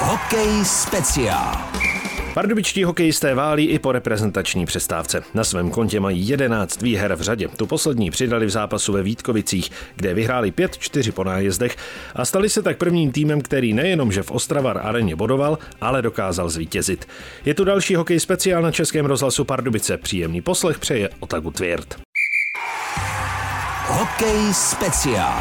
Hokej speciál. Pardubičtí hokejisté válí i po reprezentační přestávce. Na svém kontě mají 11 výher v řadě. Tu poslední přidali v zápasu ve Vítkovicích, kde vyhráli 5-4 po nájezdech a stali se tak prvním týmem, který nejenom, že v Ostravar areně bodoval, ale dokázal zvítězit. Je tu další hokej speciál na Českém rozhlasu Pardubice. Příjemný poslech přeje Otagu Tvěrt. Hokej speciál.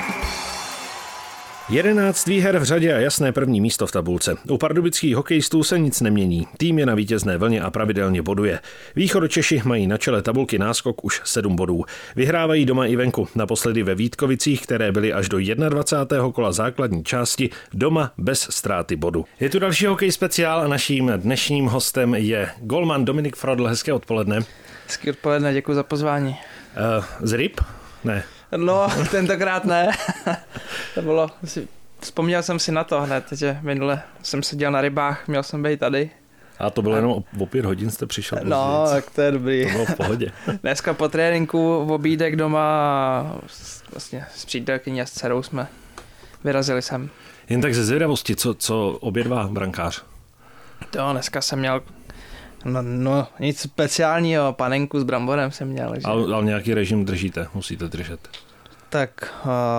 11 výher v řadě a jasné první místo v tabulce. U pardubických hokejistů se nic nemění. Tým je na vítězné vlně a pravidelně boduje. Východočeši mají na čele tabulky náskok už 7 bodů. Vyhrávají doma i venku, naposledy ve Vítkovicích, které byly až do 21. kola základní části doma bez ztráty bodu. Je tu další hokej speciál a naším dnešním hostem je golman Dominik Frodl. Hezké odpoledne. Hezké odpoledne, děkuji za pozvání. Z ryb? Ne. No, tentokrát ne. To bylo, vzpomněl jsem si na to hned, že minule jsem seděl na rybách, měl jsem být tady. A to bylo jenom o 5 hodin jste přišel. No, tak to je dobrý. To bylo v pohodě. Dneska po tréninku v obídek doma a vlastně s přítelkyní a s dcerou jsme vyrazili sem. Jen tak ze zvědavosti, co obědvá brankář? To dneska jsem měl No, nic speciálního, panenku s bramborem jsem měl. Že... Ale nějaký režim držíte, musíte držet. Tak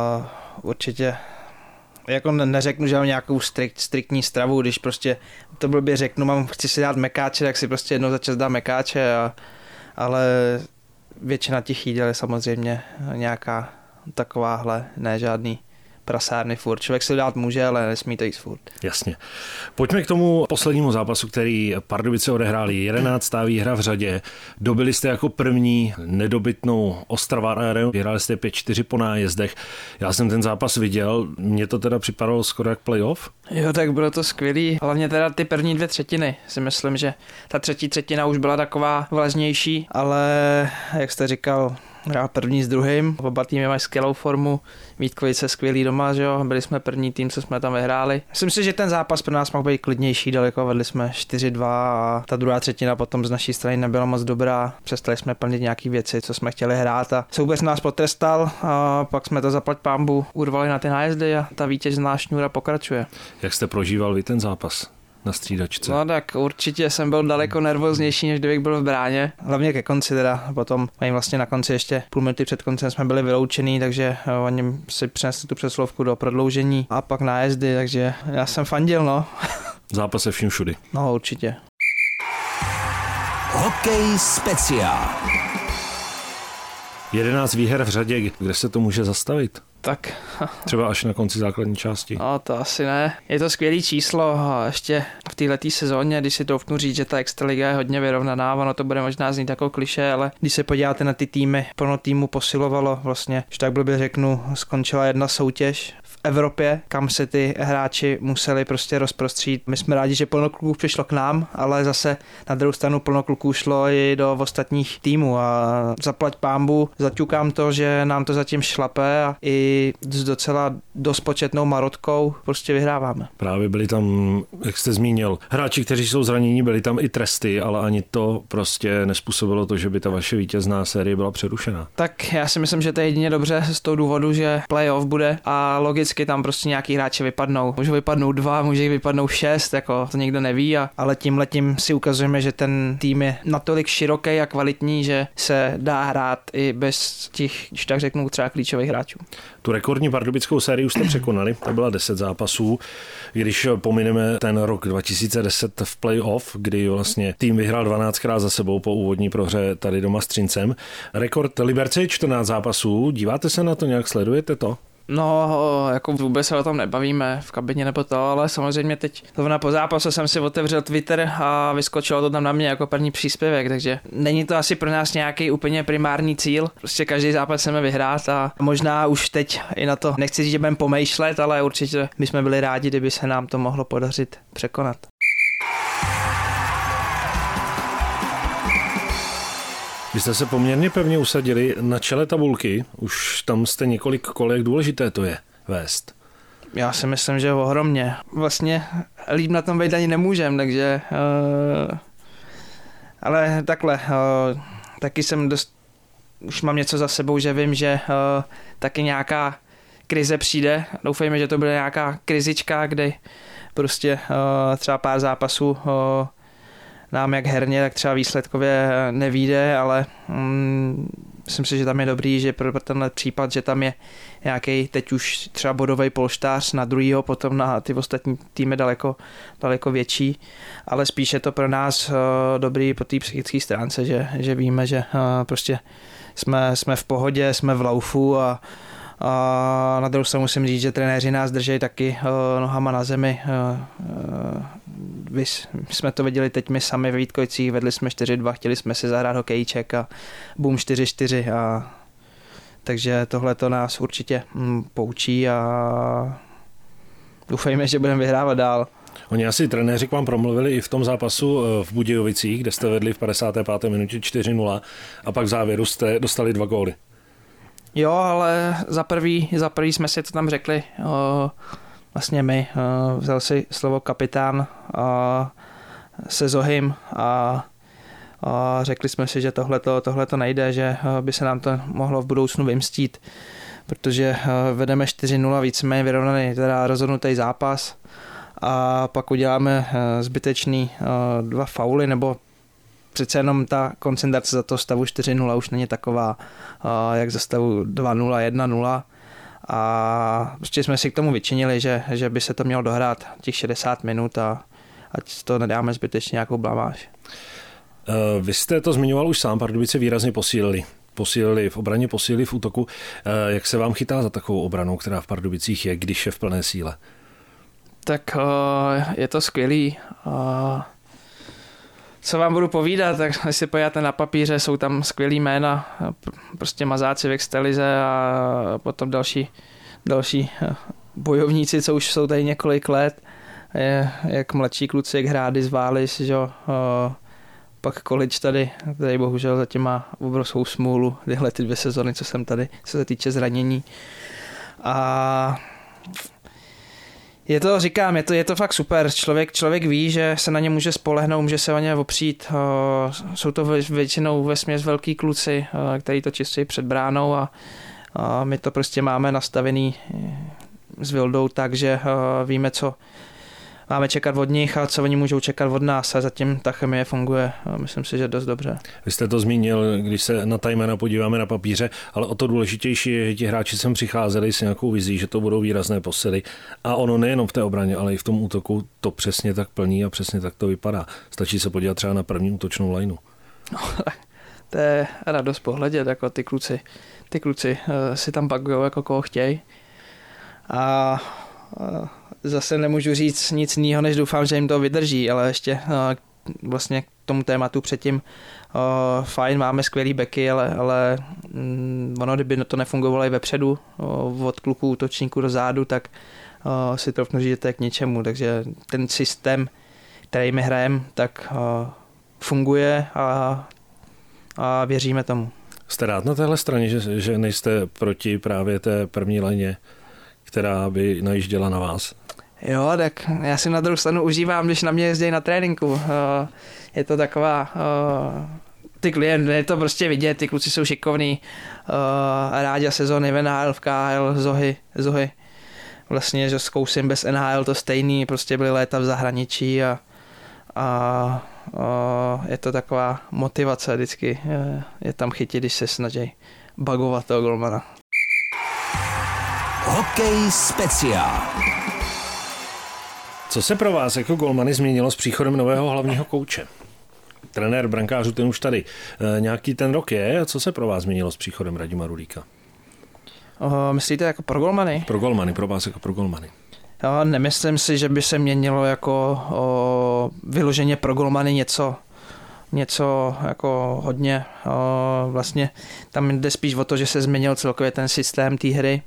určitě, jako neřeknu, že mám nějakou striktní stravu, když prostě to blbě řeknu, chci si dát mekáče, tak si prostě jednou za čas dám mekáče, ale většina těch jídel je samozřejmě nějaká takováhle, ne žádný prasárny furt. Člověk si dát může, ale nesmí to jíst furt. Jasně. Pojďme k tomu poslednímu zápasu, který Pardubice odehráli. 11. výhra v řadě. Dobili jste jako první nedobytnou Ostravar arenu. Vyhráli jste 5-4 po nájezdech. Já jsem ten zápas viděl. Mně to teda připadalo skoro jak playoff. Jo, tak bylo to skvělý. Hlavně teda ty první 2 třetiny. Si myslím, že ta třetí třetina už byla taková vlažnější, ale jak jste říkal, hrál první s druhým, oba týmy mají skvělou formu, Vítkovice skvělý doma, že jo, byli jsme první tým, co jsme tam vyhráli. Myslím si, že ten zápas pro nás mohl být klidnější, daleko vedli jsme 4-2 a ta druhá třetina potom z naší strany nebyla moc dobrá, přestali jsme plnit nějaký věci, co jsme chtěli hrát a soupeř nás potrestal a pak jsme to zaplať pánbu urvali na ty nájezdy a ta vítězná šňůra pokračuje. Jak jste prožíval vy ten zápas na střídačce? No tak určitě jsem byl daleko nervóznější, než kdybych byl v bráně. Hlavně ke konci teda, potom vlastně na konci ještě půl minuty před koncem jsme byli vyloučení, takže oni si přinesli tu přeslovku do prodloužení a pak nájezdy, takže já jsem fandil, no. Zápas se vším všudy. No určitě. Hokej speciál. 11 výher v řadě, kde se to může zastavit? Tak. Třeba až na konci základní části. No to asi ne. Je to skvělý číslo a ještě v této sezóně, když si doufnu říct, že ta extraliga je hodně vyrovnaná, ono to bude možná znít jako klišé, ale když se podíváte na ty týmy, plno týmu posilovalo vlastně, že tak blbě řeknu, skončila jedna soutěž v Evropě, kam se ty hráči museli prostě rozprostřít. My jsme rádi, že plno kluků přišlo k nám, ale zase na druhou stranu plno kluků šlo i do ostatních týmů a zaplať pánbu, zaťukám to, že nám to zatím šlape a i s docela dost početnou marotkou prostě vyhráváme. Právě byli tam, jak jste zmínil, hráči, kteří jsou zranění, byli tam i tresty, ale ani to prostě nezpůsobilo to, že by ta vaše vítězná série byla přerušena. Tak já si myslím, že to je jedině dobře z toho důvodu, že playoff bude a logicky tam prostě nějaký hráči vypadnou. Můžou vypadnout 2, může vypadnout 6, jako to nikdo neví, ale tímhletím si ukazujeme, že ten tým je natolik široký a kvalitní, že se dá hrát i bez těch, když tak řeknu, třeba klíčových hráčů. Tu rekordní pardubickou sérii jste překonali, to byla 10 zápasů. Když pomineme ten rok 2010 v playoff, kdy vlastně tým vyhrál 12krát za sebou po úvodní prohře tady doma s Třincem. Rekord Liberce je 14 zápasů. Díváte se na to nějak, sledujete to? No, jako vůbec se o tom nebavíme v kabině nebo to, ale samozřejmě teď zrovna po zápasu jsem si otevřel Twitter a vyskočilo to tam na mě jako první příspěvek, takže není to asi pro nás nějaký úplně primární cíl. Prostě každý zápas chceme vyhrát a možná už teď i na to nechci říct, že budeme pomýšlet, ale určitě bychom byli rádi, kdyby se nám to mohlo podařit překonat. Vy jste se poměrně pevně usadili na čele tabulky, už tam jste několik kol, jak důležité to je vést. Já si myslím, že ohromně. Vlastně líp na tom být ani nemůžem, takže ale takhle, taky jsem už mám něco za sebou, že vím, že taky nějaká krize přijde. Doufejme, že to bude nějaká krizička, kdy prostě třeba pár zápasů nám jak herně, tak třeba výsledkově nevyjde, ale myslím si, že tam je dobrý, že pro tenhle případ, že tam je nějaký teď už třeba bodový polštář na druhýho, potom na ty ostatní týmy daleko větší, ale spíš je to pro nás dobrý po té psychické stránce, že víme, že prostě jsme v pohodě, jsme v laufu a na druhou stranu musím říct, že trenéři nás drží taky nohama na zemi. Jsme to viděli teď my sami ve Vítkovicích, vedli jsme 4-2, chtěli jsme si zahrát hokejček a boom 4-4 takže tohle to nás určitě poučí a doufejme, že budeme vyhrávat dál. Oni asi trenéři k vám promluvili i v tom zápasu v Budějovicích, kde jste vedli v 55. minutě 4-0 a pak v závěru jste dostali 2 góly. Jo, ale za prvý jsme si to tam řekli, vlastně my, vzal si slovo kapitán se Zohym a řekli jsme si, že tohleto nejde, že by se nám to mohlo v budoucnu vymstít, protože vedeme 4-0, víceméně vyrovnaný, teda rozhodnutý zápas a pak uděláme zbytečný 2 fauly, nebo přece jenom ta koncentrace za to stavu 4-0 už není taková, jak za stavu 2-0, 1-0 a prostě jsme si k tomu vyčinili, že by se to mělo dohrát těch 60 minut a ať to nedáme zbytečně nějakou blamáž. Vy jste to zmiňoval už sám, Pardubice výrazně posílili v obraně, posílili v útoku. Jak se vám chytá za takovou obranou, která v Pardubicích je, když je v plné síle? Tak je to skvělý. Co vám budu povídat, tak když si podíváte na papíře, jsou tam skvělý jména, prostě mazáci v extralize a potom další bojovníci, co už jsou tady několik let, jak mladší kluci, jak Hrády z Vális, že pak Količ tady bohužel zatím má obrovskou smůlu tyhle ty 2 sezony, co jsem tady, co se týče zranění. A je to fakt super. Člověk ví, že se na ně může spolehnout, může se o ně opřít. Jsou to většinou vesměs velký kluci, který to čistí před bránou a my to prostě máme nastavený s Vildou, takže víme, co máme čekat od nich a co oni můžou čekat od nás a zatím ta chemie funguje, myslím si, že dost dobře. Vy jste to zmínil, když se na ta jména podíváme na papíře, ale o to důležitější je, že ti hráči sem přicházeli s nějakou vizí, že to budou výrazné posily a ono nejenom v té obraně, ale i v tom útoku to přesně tak plní a přesně tak to vypadá. Stačí se podívat třeba na první útočnou lajnu. No, to je radost pohledět, jako ty kluci si tam bagujou jako koho chtějí a zase nemůžu říct nic jiného, než doufám, že jim to vydrží, ale ještě vlastně k tomu tématu předtím fajn, máme skvělý beky, ale ono, kdyby to nefungovalo i vepředu, od kluků útočníků do zádu, tak si troufnu říct, že to je k ničemu, takže ten systém, který my hrajeme, tak funguje a věříme tomu. Jste rád na téhle straně, že nejste proti právě té první lajně, která by najížděla na vás? Jo, tak já si na druhou stranu užívám, když na mě jezdí na tréninku. Je to taková... Ty klienty, je to prostě vidět, ty kluci jsou šikovní. Ráďa sezóny v NHL, v KHL, Zohy. Vlastně, že zkousím bez NHL to stejný, prostě byly léta v zahraničí a je to taková motivace vždycky. Je tam chytit, když se snaží bagovat toho golmana. Hokej speciál. Co se pro vás jako golmany změnilo s příchodem nového hlavního kouče? Trenér brankářů ten už tady nějaký ten rok je. Co se pro vás změnilo s příchodem Radima Rulíka? Myslíte jako pro golmany? Pro golmany, pro vás jako pro golmany. Nemyslím si, že by se měnilo jako vyloženě pro golmany něco jako hodně. Vlastně tam jde spíš o to, že se změnil celkově ten systém té hry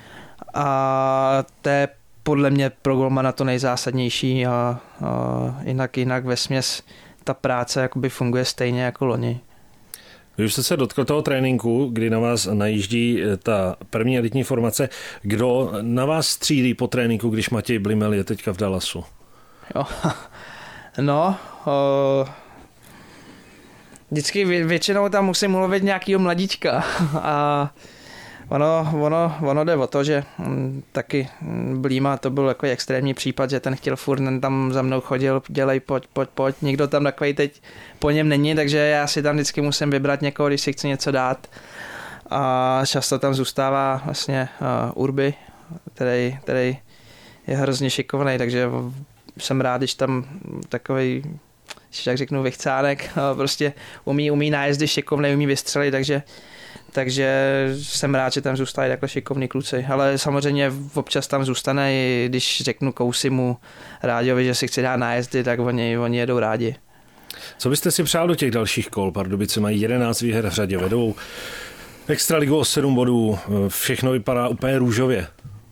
a to je podle mě pro golmana to nejzásadnější a jinak vesměs ta práce jakoby funguje stejně jako loni. Vy už jste se dotkl toho tréninku, kdy na vás najíždí ta první elitní formace. Kdo na vás střílí po tréninku, když Matěj Blimel je teďka v Dallasu? Jo. No, vždycky většinou tam musím mluvit nějakýho mladíčka a Ono jde o to, že taky Blíma to byl takový extrémní případ, že ten chtěl furt, tam za mnou chodil, dělej, pojď, nikdo tam takový teď po něm není, takže já si tam vždycky musím vybrat někoho, když si chci něco dát. A často tam zůstává vlastně Urby, který je hrozně šikovný, takže jsem rád, když tam takovej, jak řeknu, vychcánek, prostě umí nájezdy šikovný, umí vystřelit, takže jsem rád, že tam zůstají takhle šikovní kluci. Ale samozřejmě občas tam zůstane, když řeknu Kousimu, Ráďovi, že si chci dát nájezdy, tak oni jedou rádi. Co byste si přál do těch dalších kol? Pardubice mají 11 výher v řadě, vedou extraligu o 7 bodů, všechno vypadá úplně růžově.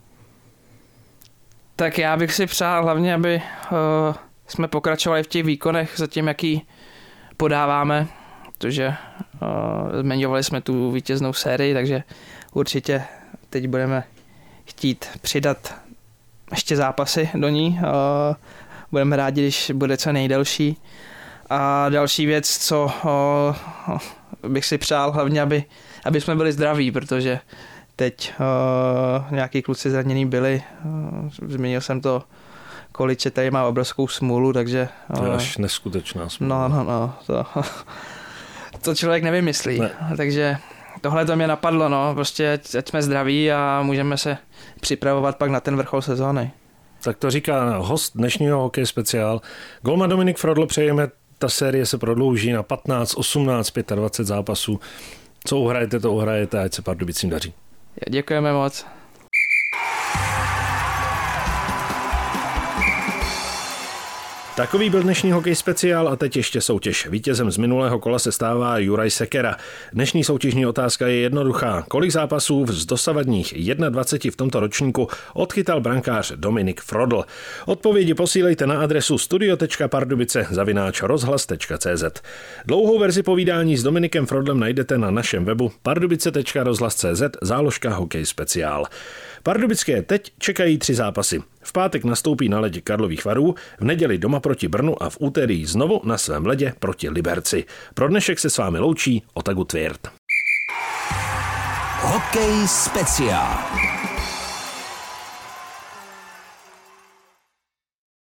Tak já bych si přál hlavně, aby jsme pokračovali v těch výkonech zatím, jaký podáváme, protože zmiňovali jsme tu vítěznou sérii, takže určitě teď budeme chtít přidat ještě zápasy do ní. Budeme rádi, když bude co nejdelší. A další věc, co bych si přál hlavně, aby jsme byli zdraví, protože teď nějaký kluci zranění byli. Zmínil jsem to, Količe tady má obrovskou smůlu, takže... To je až neskutečná smůla. No, to člověk nevymyslí. Ne. Takže tohle to mě napadlo, prostě ať jsme zdraví a můžeme se připravovat pak na ten vrchol sezóny. Tak to říká host dnešního Hokej speciál. Golman Dominik Frodl, přejeme, ta série se prodlouží na 15, 18, 25 zápasů. Co uhrajete, to uhrajete, ať se Pardubicím daří. Děkujeme moc. Takový byl dnešní Hokej speciál a teď ještě soutěž. Vítězem z minulého kola se stává Juraj Sekera. Dnešní soutěžní otázka je jednoduchá. Kolik zápasů z dosavadních 21 v tomto ročníku odchytal brankář Dominik Frodl? Odpovědi posílejte na adresu studio.pardubice@rozhlas.cz. Dlouhou verzi povídání s Dominikem Frodlem najdete na našem webu pardubice.rozhlas.cz / speciál. Pardubické teď čekají 3 zápasy. V pátek nastoupí na ledě Karlových Varů, v neděli doma proti Brnu a v úterý znovu na svém ledě proti Liberci. Pro dnešek se s vámi loučí Otagu Tvěrt. Hokej speciál.